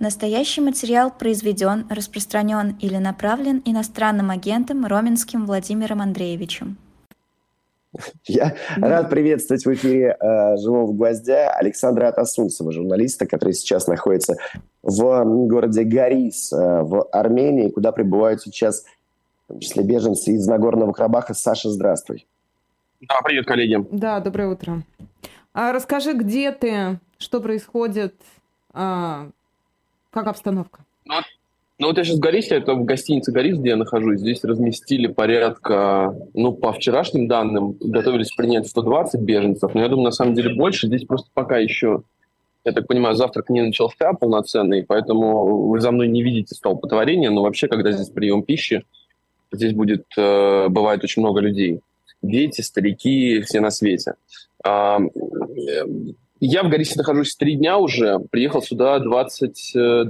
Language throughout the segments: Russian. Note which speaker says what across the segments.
Speaker 1: Настоящий материал произведен, распространен или направлен иностранным агентом Роменским Владимиром Андреевичем.
Speaker 2: Я рад приветствовать в эфире «Живого гвоздя» Александра Атасунцева, журналиста, который сейчас находится в городе Горис в Армении, куда прибывают сейчас, в том числе, беженцы из Нагорного Карабаха. Саша, здравствуй.
Speaker 3: Да, привет, коллеги.
Speaker 4: Да, доброе утро. Расскажи, где ты, что происходит, как обстановка?
Speaker 3: Ну вот я сейчас в Горисе, это в гостинице «Горис», где я нахожусь. Здесь разместили порядка, по вчерашним данным, готовились принять 120 беженцев, но я думаю, на самом деле больше. Здесь просто пока еще, я так понимаю, завтрак не начался полноценный, поэтому вы за мной не видите столпотворения, но вообще, когда здесь прием пищи, здесь бывает очень много людей. Дети, старики, все на свете. Я в Горисе нахожусь 3 дня уже, приехал сюда 24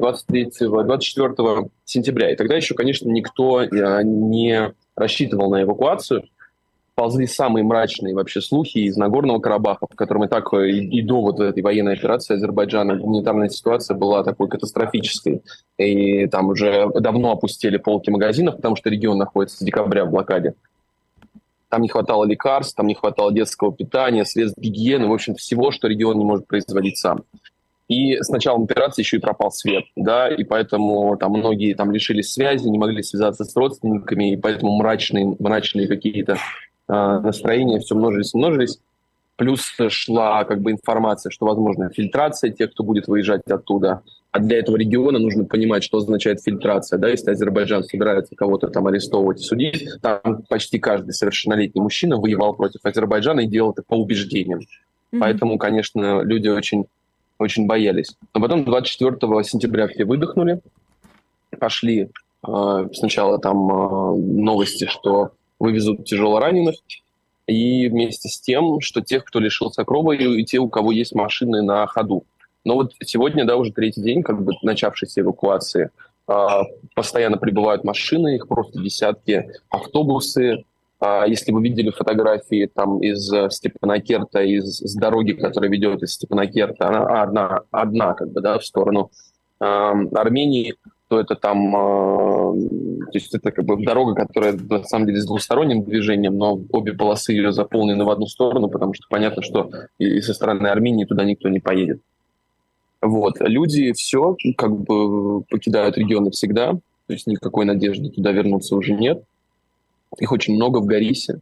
Speaker 3: сентября. И тогда еще, конечно, никто не рассчитывал на эвакуацию. Ползли самые мрачные вообще слухи из Нагорного Карабаха, в котором и так и до вот этой военной операции Азербайджана гуманитарная ситуация была такой катастрофической. И там уже давно опустили полки магазинов, потому что регион находится с декабря в блокаде. Там не хватало лекарств, там не хватало детского питания, средств гигиены, в общем, всего, что регион не может производить сам. И с началом операции еще и пропал свет, да, и поэтому там многие там лишились связи, не могли связаться с родственниками, и поэтому мрачные какие-то настроения все множились. Плюс шла информация, что возможна фильтрация тех, кто будет выезжать оттуда. А для этого региона нужно понимать, что означает фильтрация. Да? Если Азербайджан собирается кого-то там арестовывать и судить, там почти каждый совершеннолетний мужчина воевал против Азербайджана и делал это по убеждениям. Mm-hmm. Поэтому, конечно, люди очень, очень боялись. Но потом 24 сентября все выдохнули. Пошли сначала там новости, что вывезут тяжелораненых. И вместе с тем, что тех, кто лишился крови, и те, у кого есть машины на ходу. Но вот сегодня, да, уже 3-й день начавшейся эвакуации, постоянно прибывают машины, их просто десятки, автобусы. Если вы видели фотографии там из Степанакерта, с дороги, которая ведет из Степанакерта, она одна в сторону Армении, то это там, то есть это дорога, которая на самом деле с двусторонним движением, но обе полосы ее заполнены в одну сторону, потому что понятно, что и со стороны Армении туда никто не поедет. Вот. Люди все покидают регион навсегда, то есть никакой надежды туда вернуться уже нет. Их очень много в Горисе.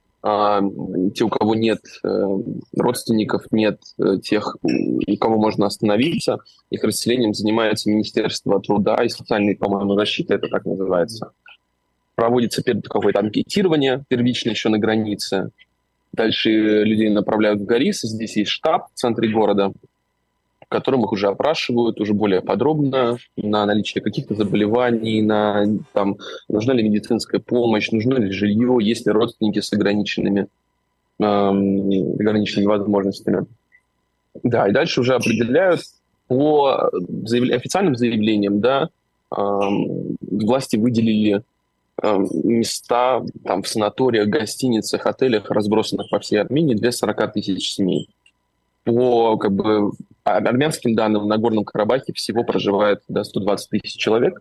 Speaker 3: Те, у кого нет родственников, нет тех, у кого можно остановиться, их расселением занимается Министерство труда и социальной, по-моему, защиты, это так называется. Проводится какое-то анкетирование первичное еще на границе. Дальше людей направляют в Горис. Здесь есть штаб в центре города, в котором их уже опрашивают уже более подробно на наличие каких-то заболеваний, нужна ли медицинская помощь, нужно ли жилье, есть ли родственники с ограниченными возможностями. Да, и дальше уже определяют по официальным заявлениям, да, власти выделили места там, в санаториях, гостиницах, отелях, разбросанных по всей Армении, для 40 тысяч семей. По армянским данным, в Нагорном Карабахе всего проживает 120 тысяч человек,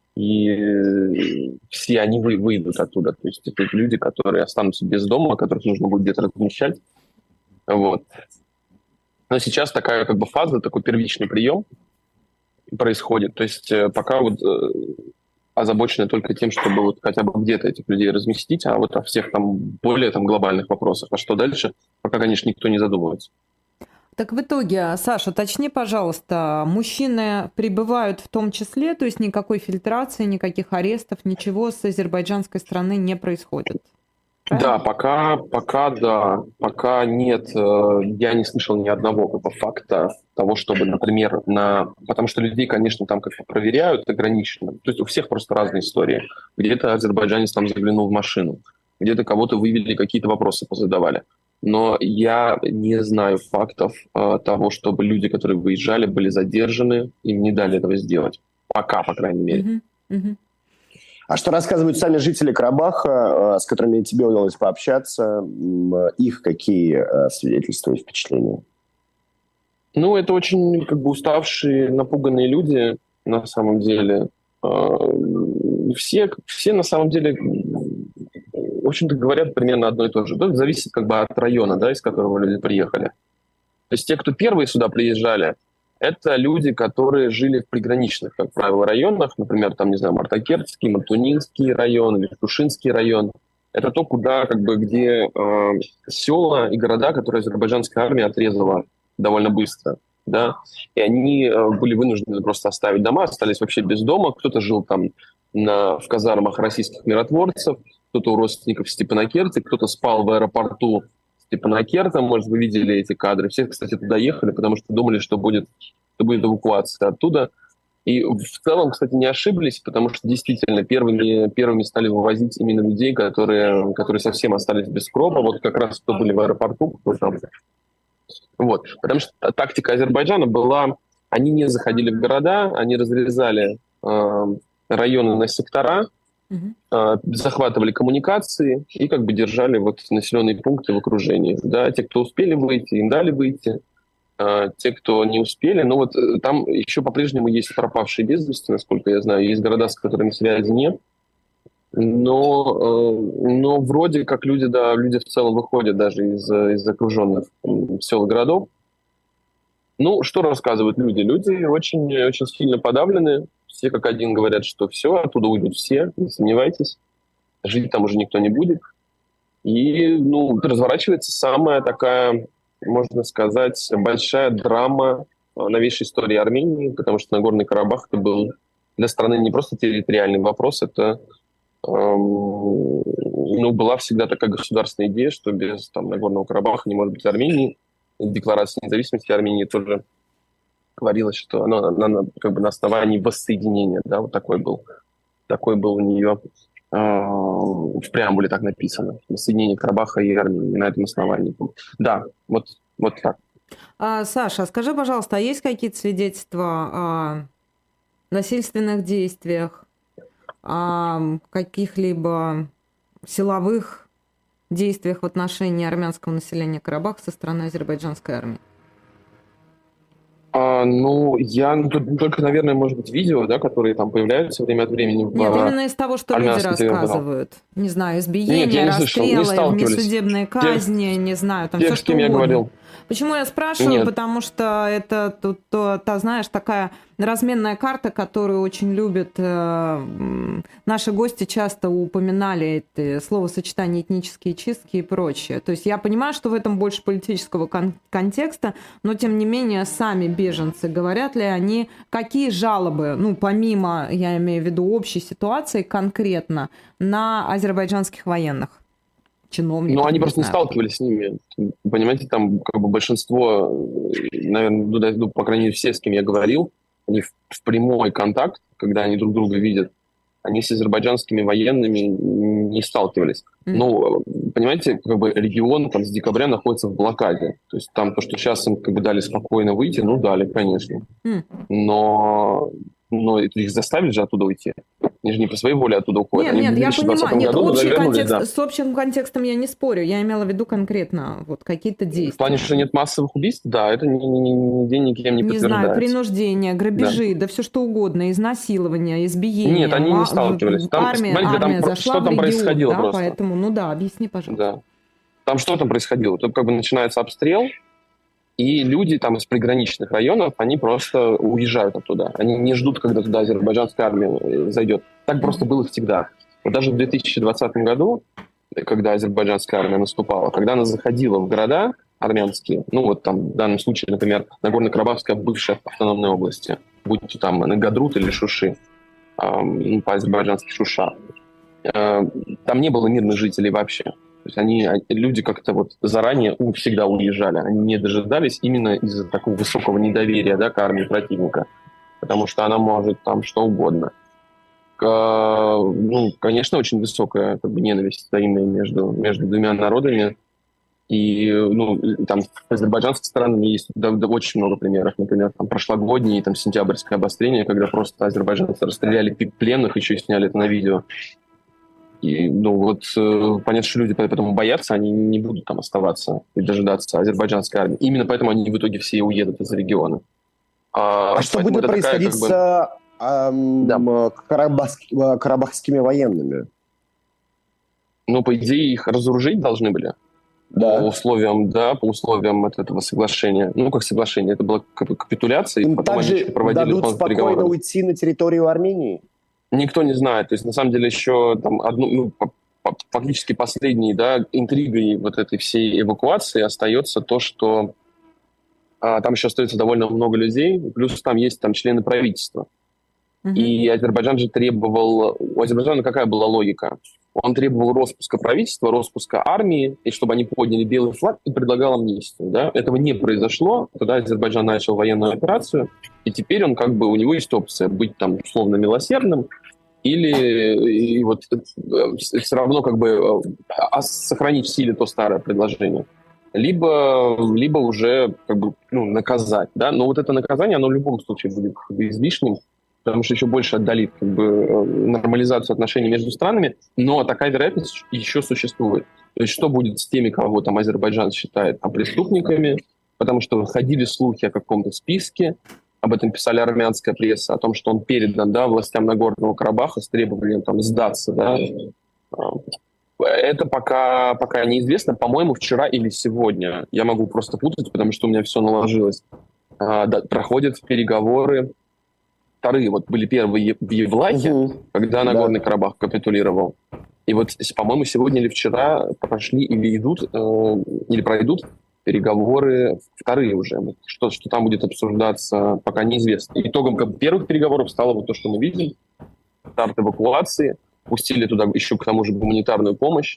Speaker 3: и все они выйдут оттуда. То есть это люди, которые останутся без дома, которых нужно будет где-то размещать. Вот. Но сейчас такая фаза, такой первичный прием происходит. То есть пока озабочены только тем, чтобы хотя бы где-то этих людей разместить, а вот о всех более глобальных вопросах. А что дальше, пока, конечно, никто не задумывается.
Speaker 4: Так в итоге, Саша, уточни, пожалуйста, мужчины прибывают в том числе, то есть никакой фильтрации, никаких арестов, ничего с азербайджанской стороны не происходит?
Speaker 3: Правильно? Да, пока нет, я не слышал ни одного факта того, чтобы, например, потому что людей, конечно, там проверяют ограниченно, то есть у всех просто разные истории. Где-то азербайджанец заглянул в машину, где-то кого-то вывели, какие-то вопросы позадавали. Но я не знаю фактов того, чтобы люди, которые выезжали, были задержаны, им не дали этого сделать. Пока, по крайней мере.
Speaker 2: А что рассказывают сами жители Карабаха, с которыми тебе удалось пообщаться? Их какие свидетельства и впечатления?
Speaker 3: Это очень уставшие, напуганные люди. на самом деле. Все на самом деле, в общем-то, говорят примерно одно и то же. Это зависит как бы от района, да, из которого люди приехали. То есть те, кто первые сюда приезжали, это люди, которые жили в приграничных, как правило, районах, например, там, не знаю, Мартакертский, Мартунинский район или Шушинский район. Это то, куда, как бы, где села и города, которые азербайджанская армия отрезала довольно быстро, да, и они были вынуждены просто оставить дома, остались вообще без дома. Кто-то жил там в казармах российских миротворцев, кто-то у родственников в Степанакерте, кто-то спал в аэропорту Степанакерта, может, вы видели эти кадры. Все, кстати, туда ехали, потому что думали, что будет эвакуация оттуда. И в целом, кстати, не ошиблись, потому что действительно первыми стали вывозить именно людей, которые совсем остались без кропа. Вот как раз кто были в аэропорту, кто там. Вот. Потому что тактика Азербайджана была, они не заходили в города, они разрезали районы на сектора, захватывали коммуникации и как бы держали вот населенные пункты в окружении. Да, те, кто успели выйти, им дали выйти. Те, кто не успели, ну вот там еще по-прежнему есть пропавшие без вести, насколько я знаю, есть города, с которыми связи нет, но вроде как люди в целом выходят даже из окруженных сел и городов. Ну, что рассказывают люди? Люди очень, очень сильно подавлены, все как один говорят, что все, оттуда уйдут все, не сомневайтесь, жить там уже никто не будет. И, ну, разворачивается самая такая, можно сказать, большая драма новейшей истории Армении, потому что Нагорный Карабах это был для страны не просто территориальный вопрос, это была всегда такая государственная идея, что без Нагорного Карабаха не может быть Армении. В Декларации независимости Армении тоже говорилось, что она как бы на основании воссоединения, да, вот такой был у нее в преамбуле так написано. Соединение Карабаха и Армении на этом основании. Да, вот так.
Speaker 4: Саша, скажи, пожалуйста, а есть какие-то свидетельства о насильственных действиях, о каких-либо силовых действиях в отношении армянского населения Карабаха со стороны азербайджанской армии?
Speaker 3: Я только, наверное, может быть, видео, да, которые там появляются время от времени.
Speaker 4: Нет, именно из того, что люди рассказывают. Не знаю, избиения, расстрелы, внесудебные казни, не знаю, там все что угодно. Говорил. Почему я спрашиваю?
Speaker 3: Нет.
Speaker 4: Потому что это, знаешь, такая разменная карта, которую очень любят наши гости, часто упоминали это словосочетание этнические чистки и прочее. То есть я понимаю, что в этом больше политического контекста, но тем не менее сами беженцы, говорят ли они, какие жалобы, помимо, я имею в виду, общей ситуации конкретно на азербайджанских военных? Чиновников.
Speaker 3: Они просто не сталкивались с ними. Понимаете, там как бы большинство, наверное, по крайней мере, все, с кем я говорил, они в прямой контакт, когда они друг друга видят, они с азербайджанскими военными не сталкивались. Понимаете, как бы регион там с декабря находится в блокаде. То есть там то, что сейчас им как бы дали спокойно выйти, дали, конечно. Но их заставили же оттуда уйти. Они же не по своей воле оттуда уходят.
Speaker 4: Нет, я понимаю. Нет, с общим контекстом я не спорю. Я имела в виду конкретно какие-то действия.
Speaker 3: В плане, что нет массовых убийств, да, это нигде никем не подтверждается.
Speaker 4: Не знаю, принуждение, грабежи, да все что угодно, изнасилование, избиение.
Speaker 3: Нет, они не сталкивались.
Speaker 4: Армия зашла
Speaker 3: что
Speaker 4: в
Speaker 3: там
Speaker 4: регион,
Speaker 3: происходило просто?
Speaker 4: Поэтому, объясни, пожалуйста.
Speaker 3: Да. Там что там происходило? Тут как бы начинается обстрел, и люди там из приграничных районов, они просто уезжают оттуда. Они не ждут, когда туда азербайджанская армия зайдет. Так просто было всегда. Вот даже в 2020 году, когда азербайджанская армия наступала, когда она заходила в города армянские, в данном случае, например, Нагорно-Карабахская бывшая автономная область, будь то там Гадрут или Шуши, по-азербайджански Шуша, там не было мирных жителей вообще. То есть люди как-то заранее всегда уезжали. Они не дожидались именно из-за такого высокого недоверия, да, к армии противника. Потому что она может там что угодно. Конечно, очень высокая ненависть взаимная между двумя народами. И там с азербайджанской стороны есть очень много примеров. Например, там прошлогоднее сентябрьское обострение, когда просто азербайджанцы расстреляли пленных, еще и сняли это на видео. И, понятно, что люди поэтому боятся, они не будут там оставаться и дожидаться азербайджанской армии. Именно поэтому они в итоге все уедут из региона.
Speaker 2: Что будет происходить с карабахскими военными?
Speaker 3: Ну, по идее, их разоружить должны были.
Speaker 2: Да.
Speaker 3: По условиям этого соглашения. Ну, как соглашение, это была капитуляция.
Speaker 2: Им также дадут спокойно уйти на территорию Армении?
Speaker 3: Никто не знает. То есть, на самом деле, еще там фактически последней, да, интригой вот этой всей эвакуации остается то, что там еще остается довольно много людей, плюс там есть члены правительства. И Азербайджан же требовал... У Азербайджана какая была логика? Он требовал распуска правительства, распуска армии, и чтобы они подняли белый флаг, и предлагал амнистию. Да? Этого не произошло. Тогда Азербайджан начал военную операцию, и теперь у него есть опция быть там условно милосердным, или все равно сохранить в силе то старое предложение. Либо уже наказать. Да? Но вот это наказание, оно в любом случае будет излишним, потому что еще больше отдалит нормализацию отношений между странами, но такая вероятность еще существует. То есть что будет с теми, кого там Азербайджан считает преступниками, потому что ходили слухи о каком-то списке, об этом писали армянская пресса, о том, что он передан, да, властям Нагорного Карабаха с требованием сдаться. Да. Это пока неизвестно. По-моему, вчера или сегодня. Я могу просто путать, потому что у меня все наложилось. Проходят переговоры вторые. Вот были первые в Евлахе, когда Нагорный Карабах капитулировал. И вот, по-моему, сегодня или вчера прошли или идут, или пройдут переговоры вторые уже. Что там будет обсуждаться, пока неизвестно. Итогом первых переговоров стало вот то, что мы видим. Старт эвакуации. Пустили туда еще, к тому же, гуманитарную помощь.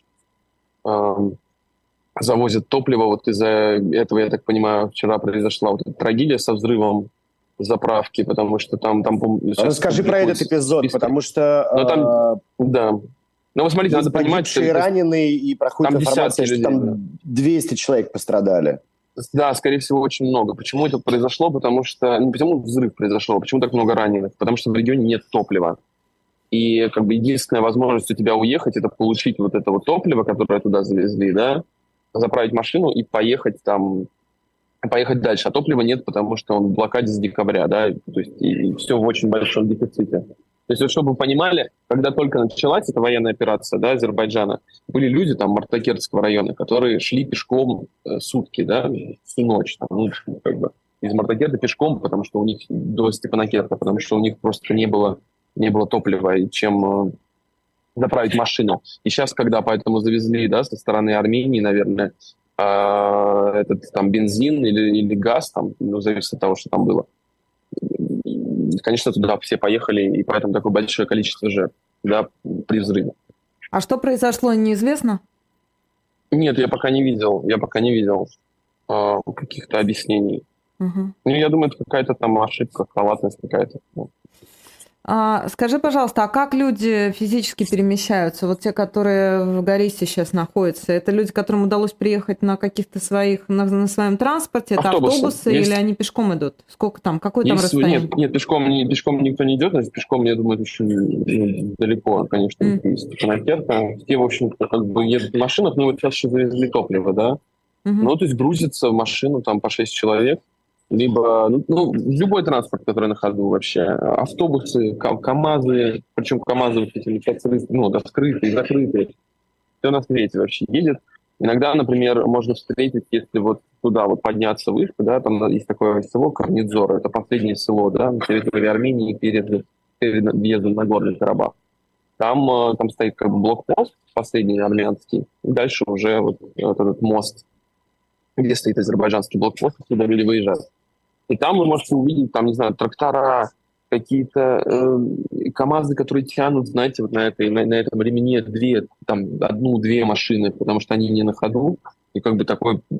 Speaker 3: Завозят топливо. Вот из-за этого, я так понимаю, вчера произошла вот эта трагедия со взрывом заправки, потому что там
Speaker 2: расскажи про этот эпизод, потому что...
Speaker 3: Да. Но вы смотрите, надо понимать,
Speaker 2: что... раненые, и проходит информация, что там 200 человек пострадали.
Speaker 3: Да, скорее всего, очень много. Почему это произошло? Потому что... Не почему взрыв произошел, почему так много раненых? Потому что в регионе нет топлива. И единственная возможность у тебя уехать, это получить вот это вот топливо, которое туда завезли, да, заправить машину и поехать дальше. А топлива нет, потому что он в блокаде с декабря, да, то есть и все в очень большом дефиците. То есть, вот чтобы вы понимали, когда только началась эта военная операция, да, Азербайджана, были люди там Мартакерского района, которые шли пешком сутки, да, всю ночь, из Мартакерта пешком, потому что у них до Степанакерта, потому что у них просто не было топлива и чем заправить машину. И сейчас, когда поэтому завезли, да, со стороны Армении, наверное, этот бензин или газ, зависит от того, что там было. Конечно, туда все поехали, и поэтому такое большое количество жертв, да, при взрыве.
Speaker 4: А что произошло, неизвестно?
Speaker 3: Нет, я пока не видел каких-то объяснений. Ну, я думаю, это какая-то ошибка, халатность какая-то.
Speaker 4: Скажи, пожалуйста, а как люди физически перемещаются? Вот те, которые в Горисе сейчас находятся, это люди, которым удалось приехать на каких-то на своем транспорте? Это автобусы есть. Или они пешком идут? Сколько там? Какое там расстояние?
Speaker 3: Нет, пешком никто не идет. Пешком, я думаю, очень далеко, конечно, из Степанакерта. Те, в общем-то, едут в машинах, но вот сейчас еще завезли топливо, да? Ну, то есть грузится в машину по 6 человек. Либо любой транспорт, который на ходу вообще. Автобусы, КАМАЗы, причем КАМАЗы открытые, закрытые. Все на свете вообще едет. Иногда, например, можно встретить, если вот туда подняться выше, да, там есть такое село Карнидзор, это последнее село, да, на территории Армении перед въездом на Нагорный Карабах. Там стоит блокпост, последний армянский, и дальше уже этот мост, где стоит азербайджанский блокпост, сюда люди выезжают. И там вы можете увидеть, трактора, какие-то КАМАЗы, которые тянут, знаете, на этом ремне одну-две машины, потому что они не на ходу, и как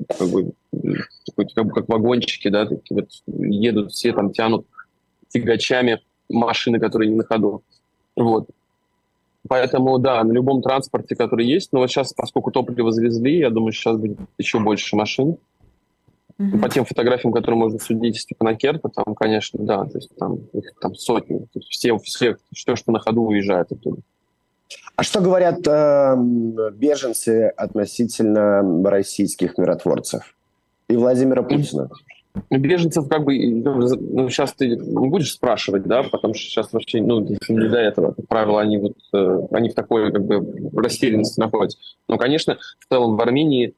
Speaker 3: вагончики, да, едут все, тянут тягачами машины, которые не на ходу. Вот. Поэтому, да, на любом транспорте, который есть, но вот сейчас, поскольку топливо завезли, я думаю, сейчас будет еще больше машин. По тем фотографиям, которые можно судить из Степанакерта, там, конечно, да, то есть их сотни. То есть все, что на ходу уезжает оттуда.
Speaker 2: А что говорят беженцы относительно российских миротворцев и Владимира Путина?
Speaker 3: Беженцев как бы, ну, сейчас ты не будешь спрашивать, да, потому что сейчас вообще, ну, не до этого. Как правило, они вот, они в такой, как бы, растерянности находятся. Но, конечно, в целом в Армении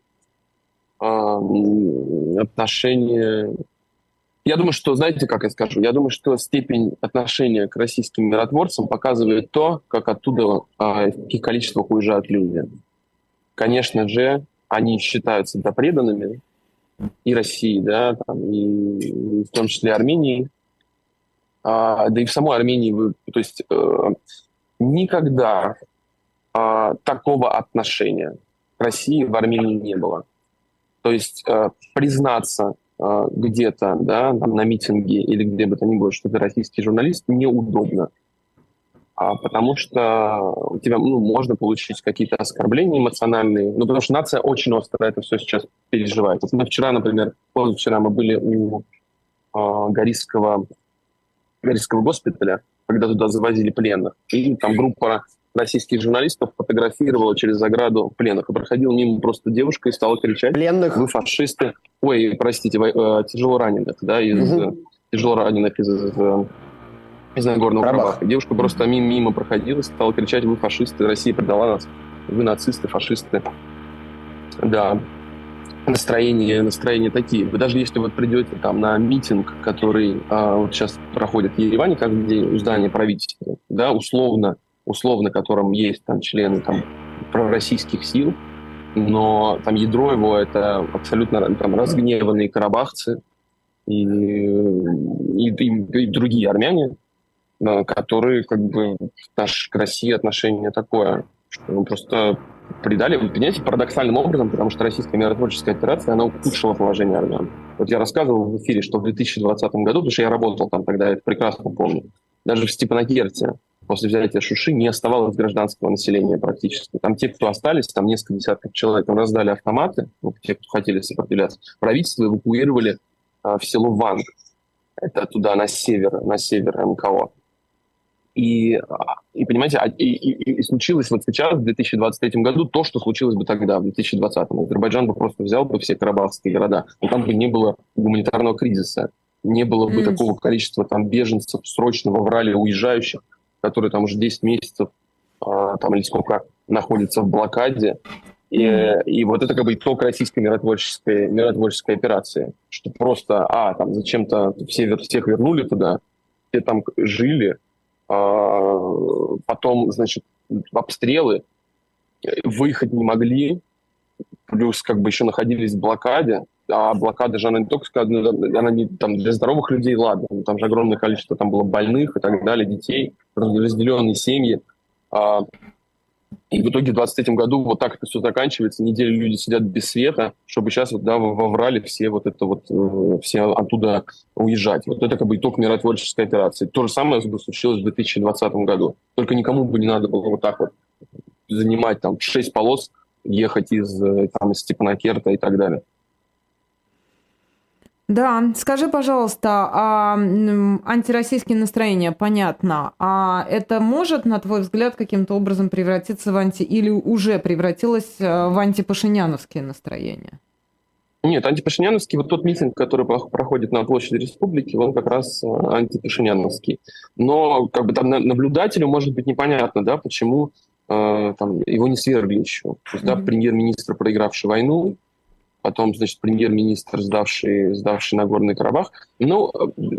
Speaker 3: отношения... Я думаю, что, знаете, как я скажу, я думаю, что степень отношения к российским миротворцам показывает то, как оттуда, в каких количествах уезжают люди. Конечно же, они считают себя преданными, и России, да, там, и в том числе Армении, да и в самой Армении, то есть никогда такого отношения к России в Армении не было. То есть признаться где-то, да, там, на митинге или где бы то ни было, что ты российский журналист, неудобно. Потому что у тебя, ну, можно получить какие-то оскорбления эмоциональные, ну, потому что нация очень остро это все сейчас переживает. Вот мы вчера, например, позавчера мы были у Горисского госпиталя, когда туда завозили пленных, и там группа российских журналистов фотографировала через ограду пленных, и проходила мимо просто девушка и стала кричать:
Speaker 2: Пленных?
Speaker 3: Вы фашисты. Ой, простите, тяжело раненых, да, тяжело раненых из Нагорного Карабаха. Девушка просто мимо проходила, стала кричать: вы фашисты, Россия предала нас, вы нацисты, фашисты. Да, настроения такие. Вы даже если вот придете там на митинг, который вот сейчас проходит в Ереване каждый день у здания правительства, да, условно, которым есть там члены там пророссийских сил, но там ядро его это абсолютно там разгневанные карабахцы и другие армяне, которые как бы к России отношение такое, что мы просто предали, вы понимаете, парадоксальным образом, потому что российская миротворческая операция, она ухудшила положение армян. Вот я рассказывал в эфире, что в 2020 году, потому что я работал там тогда, я это прекрасно помню, даже в Степанакерте после взятия Шуши не оставалось гражданского населения практически. Там те, кто остались, там несколько десятков человек, там раздали автоматы, ну, те, кто хотели сопротивляться. Правительство эвакуировали в село Ванг. Это туда, на север МКО. И понимаете, и случилось вот сейчас, в 2023 году, то, что случилось бы тогда, в 2020. Азербайджан бы просто взял бы все карабахские города, но там бы не было гуманитарного кризиса, не было бы такого количества там беженцев срочно в Аврале уезжающих, которые там уже 10 месяцев там, или сколько находятся в блокаде. И вот это как бы итог российской миротворческой операции, что просто, там зачем-то всех вернули туда, все там жили, потом, значит, обстрелы, выехать не могли, плюс как бы еще находились в блокаде, а блокада же, она не только, она не там для здоровых людей, ладно, там же огромное количество там было больных и так далее, детей, разделенные семьи. И в итоге в 2023 году вот так это все заканчивается, неделю люди сидят без света, чтобы сейчас вот, да, во Врале все оттуда уезжать. Вот это как бы итог миротворческой операции. То же самое случилось в 2020 году. Только никому бы не надо было вот так вот занимать там 6 полос, ехать из Степанакерта и так далее.
Speaker 4: Да, скажи, пожалуйста, антироссийские настроения, понятно, а это может, на твой взгляд, каким-то образом превратиться или уже превратилось в антипашиняновские настроения?
Speaker 3: Нет, антипашиняновский, вот тот митинг, который проходит на площади Республики, он как раз антипашиняновский. Но как бы там наблюдателю может быть непонятно, да, почему там его не свергли еще. То есть, да, премьер-министр, проигравший войну, потом, значит, премьер-министр, сдавший Нагорный Карабах. Ну,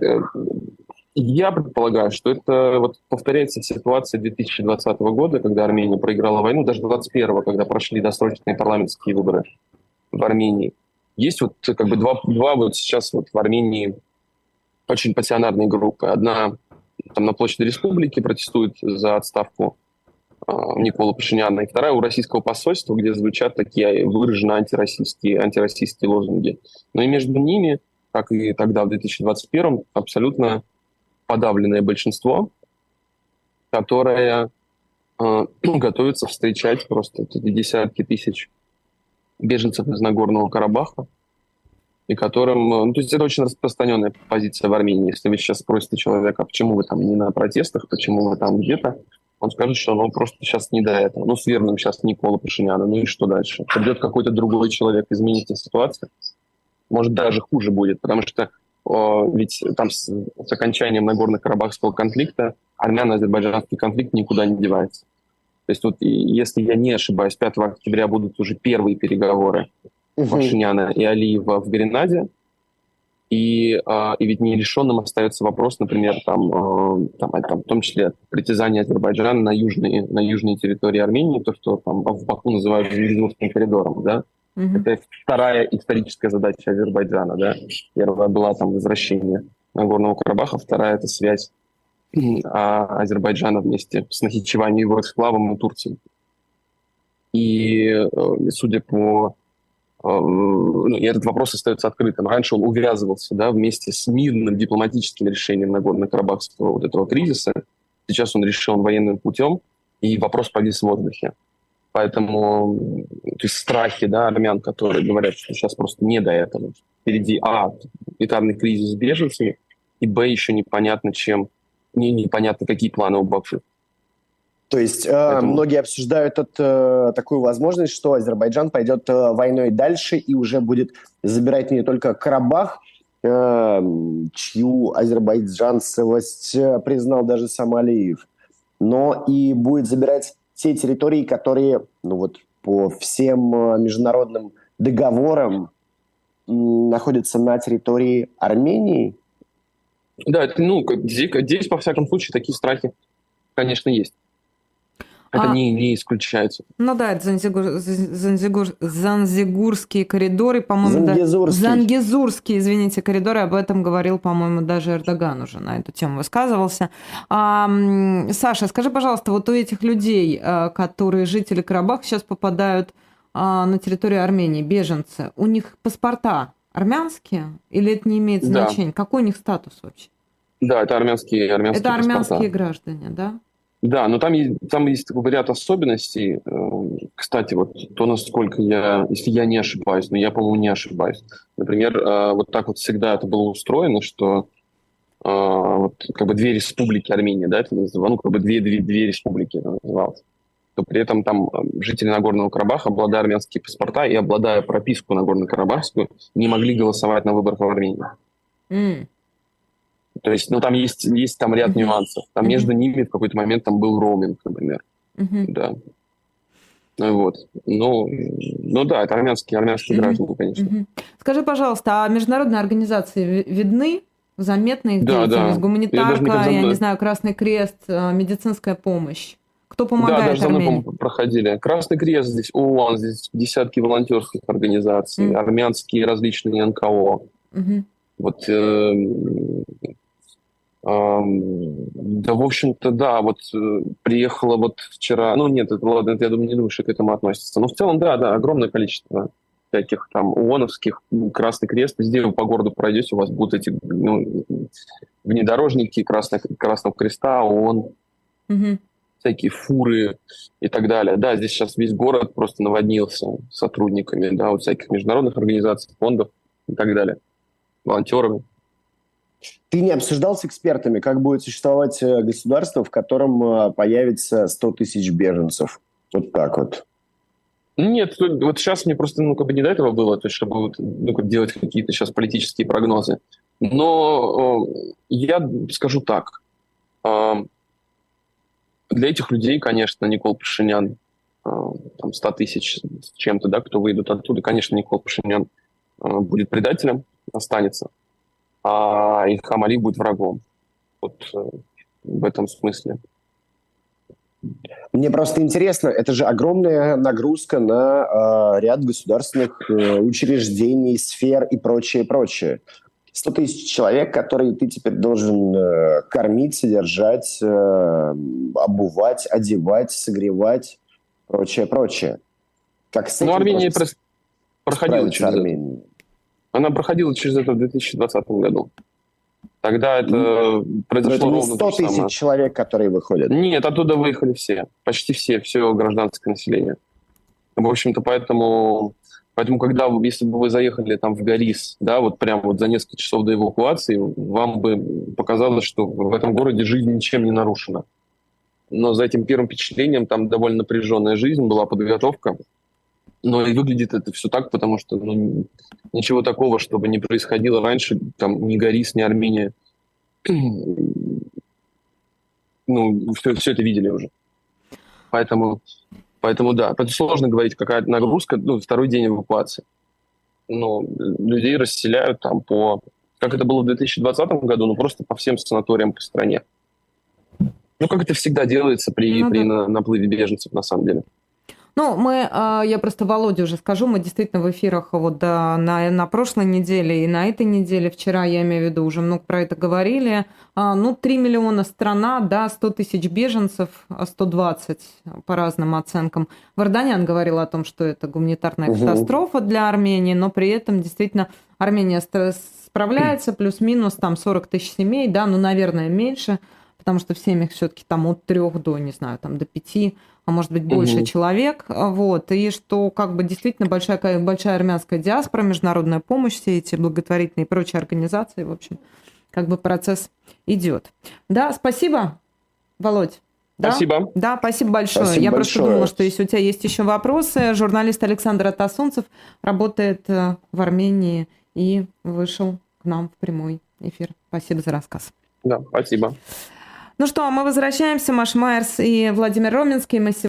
Speaker 3: я предполагаю, что это вот повторяется ситуация 2020 года, когда Армения проиграла войну, даже 2021, когда прошли досрочные парламентские выборы в Армении. Есть вот как бы два вот сейчас вот в Армении очень пассионарные группы. Одна там на площади Республики протестует за отставку Николы Пашиняна, и вторая у российского посольства, где звучат такие выраженно антироссийские лозунги. Но и между ними, как и тогда, в 2021, абсолютно подавленное большинство, которое готовится встречать просто десятки тысяч беженцев из Нагорного Карабаха, и которым... то есть это очень распространенная позиция в Армении. Если вы сейчас спросите человека, почему вы там не на протестах, почему вы там где-то, он скажет, что просто сейчас не до этого. Свергнем сейчас Николу Пашиняна, и что дальше? Придет какой-то другой человек, изменится ситуация. Может, даже хуже будет, потому что ведь там с окончанием Нагорно-Карабахского конфликта армяно-азербайджанский конфликт никуда не девается. То есть вот, если я не ошибаюсь, 5 октября будут уже первые переговоры Пашиняна и Алиева в Гренаде, и ведь нерешенным остается вопрос, например, там, в том числе притязание Азербайджана на южные территории Армении, то, что там в Баку называют Зангезурским коридором, да? Это вторая историческая задача Азербайджана, да? Первая была там возвращение Нагорного Карабаха, вторая — это связь Азербайджана вместе с Нахичеванием, его эксклавом и Турцией. И судя по... и этот вопрос остается открытым. Раньше он увязывался, да, вместе с мирным дипломатическим решением Нагорно-Карабахского вот этого кризиса. Сейчас он решен военным путем, и вопрос повис в воздухе. Поэтому то есть страхи, да, армян, которые говорят, что сейчас просто не до этого. Впереди гуманитарный кризис с беженцами, и еще непонятно чем, непонятно какие планы у Баку.
Speaker 2: То есть многие обсуждают такую возможность, что Азербайджан пойдет войной дальше и уже будет забирать не только Карабах, чью азербайджанцевость признал даже сам Алиев, но и будет забирать те территории, которые, по всем международным договорам находятся на территории Армении.
Speaker 3: Да, здесь, во всяком случае, такие страхи, конечно, есть. Это не исключается.
Speaker 4: Ну да, это Занзигурские коридоры, по-моему... Зангезурские, извините, коридоры. Об этом говорил, по-моему, даже Эрдоган уже на эту тему высказывался. Саша, скажи, пожалуйста, вот у этих людей, которые жители Карабаха, сейчас попадают на территорию Армении, беженцы, у них паспорта армянские? Или это не имеет значения? Да. Какой у них статус вообще?
Speaker 3: Да, это армянские паспорта.
Speaker 4: Это армянские граждане, да?
Speaker 3: Да, но там есть такой ряд особенностей. Кстати, вот то, насколько если я не ошибаюсь, но я, по-моему, не ошибаюсь. Например, вот так вот всегда это было устроено, что две республики Армении, да, это называлось, две республики это называлось. То при этом там жители Нагорного Карабаха, обладая армянские паспорта и обладая прописку Нагорно-Карабахскую, не могли голосовать на выборах в Армении. То есть, там есть там ряд нюансов. Там между ними в какой-то момент там был роуминг, например. Да. Вот. Да, это армянские граждане, конечно.
Speaker 4: Скажи, пожалуйста, а международные организации видны? Заметна их деятельность? Гуманитарка, я не знаю, Красный Крест, медицинская помощь. Кто помогает Армении?
Speaker 3: Да, проходили. Красный Крест здесь, ООН, здесь десятки волонтерских организаций, армянские различные НКО. Вот... да, в общем-то, да, приехала вчера, я думаю, не думаю, что к этому относится. Но в целом, да, огромное количество всяких там ООНовских, Красный Крест, везде вы по городу пройдете, у вас будут эти внедорожники Красного Креста, ООН, всякие фуры и так далее. Да, здесь сейчас весь город просто наводнился сотрудниками, да, всяких международных организаций, фондов и так далее, волонтерами.
Speaker 2: Ты не обсуждал с экспертами, как будет существовать государство, в котором появится 100 тысяч беженцев? Вот так вот.
Speaker 3: Нет, вот сейчас мне просто не до этого было, то есть, чтобы делать какие-то сейчас политические прогнозы. Но я скажу так. Для этих людей, конечно, Никол Пашинян, 100 тысяч с чем-то, да, кто выйдут оттуда, конечно, Никол Пашинян будет предателем, останется. А Ильхам Алиев будет врагом. Вот в этом смысле.
Speaker 2: Мне просто интересно, это же огромная нагрузка на ряд государственных учреждений, сфер и прочее, прочее. 100 тысяч человек, которые ты теперь должен кормить, содержать, обувать, одевать, согревать, прочее, прочее. Как с этим
Speaker 3: Армения проходила через это. Она проходила через это в 2020 году. Тогда это произошло ровно
Speaker 2: 100 тысяч человек, которые выходят.
Speaker 3: Нет, оттуда выехали все. Почти все гражданское население. В общем-то, поэтому если бы вы заехали там в Горис, да, прямо за несколько часов до эвакуации, вам бы показалось, что в этом городе жизнь ничем не нарушена. Но за этим первым впечатлением там довольно напряженная жизнь, была подготовка. Но и выглядит это все так, потому что ничего такого, чтобы не происходило раньше, там ни Горис, ни Армения, все это видели уже. Поэтому да, это сложно говорить, какая нагрузка, второй день эвакуации. Но людей расселяют там как это было в 2020 году, просто по всем санаториям по стране. Как это всегда делается при наплыве беженцев, на самом деле.
Speaker 4: Я просто Володе уже скажу, мы действительно в эфирах на прошлой неделе и на этой неделе, вчера, я имею в виду, уже много про это говорили. 3 миллиона страна, 100 тысяч беженцев, 120 по разным оценкам. Варданян говорил о том, что это гуманитарная катастрофа для Армении, но при этом действительно Армения справляется, плюс-минус там 40 тысяч семей, наверное, меньше, потому что в семьях все-таки там от 3 до, не знаю, там до 5, а может быть больше человек, и что действительно большая армянская диаспора, международная помощь, все эти благотворительные и прочие организации, в общем, процесс идет. Да, спасибо, Володь.
Speaker 3: Спасибо.
Speaker 4: Да, спасибо большое. Я просто думала, что если у тебя есть еще вопросы, журналист Александр Атасунцев работает в Армении и вышел к нам в прямой эфир. Спасибо за рассказ.
Speaker 3: Да, спасибо.
Speaker 4: Мы возвращаемся. Маша Майерс и Владимир Роменский. Мы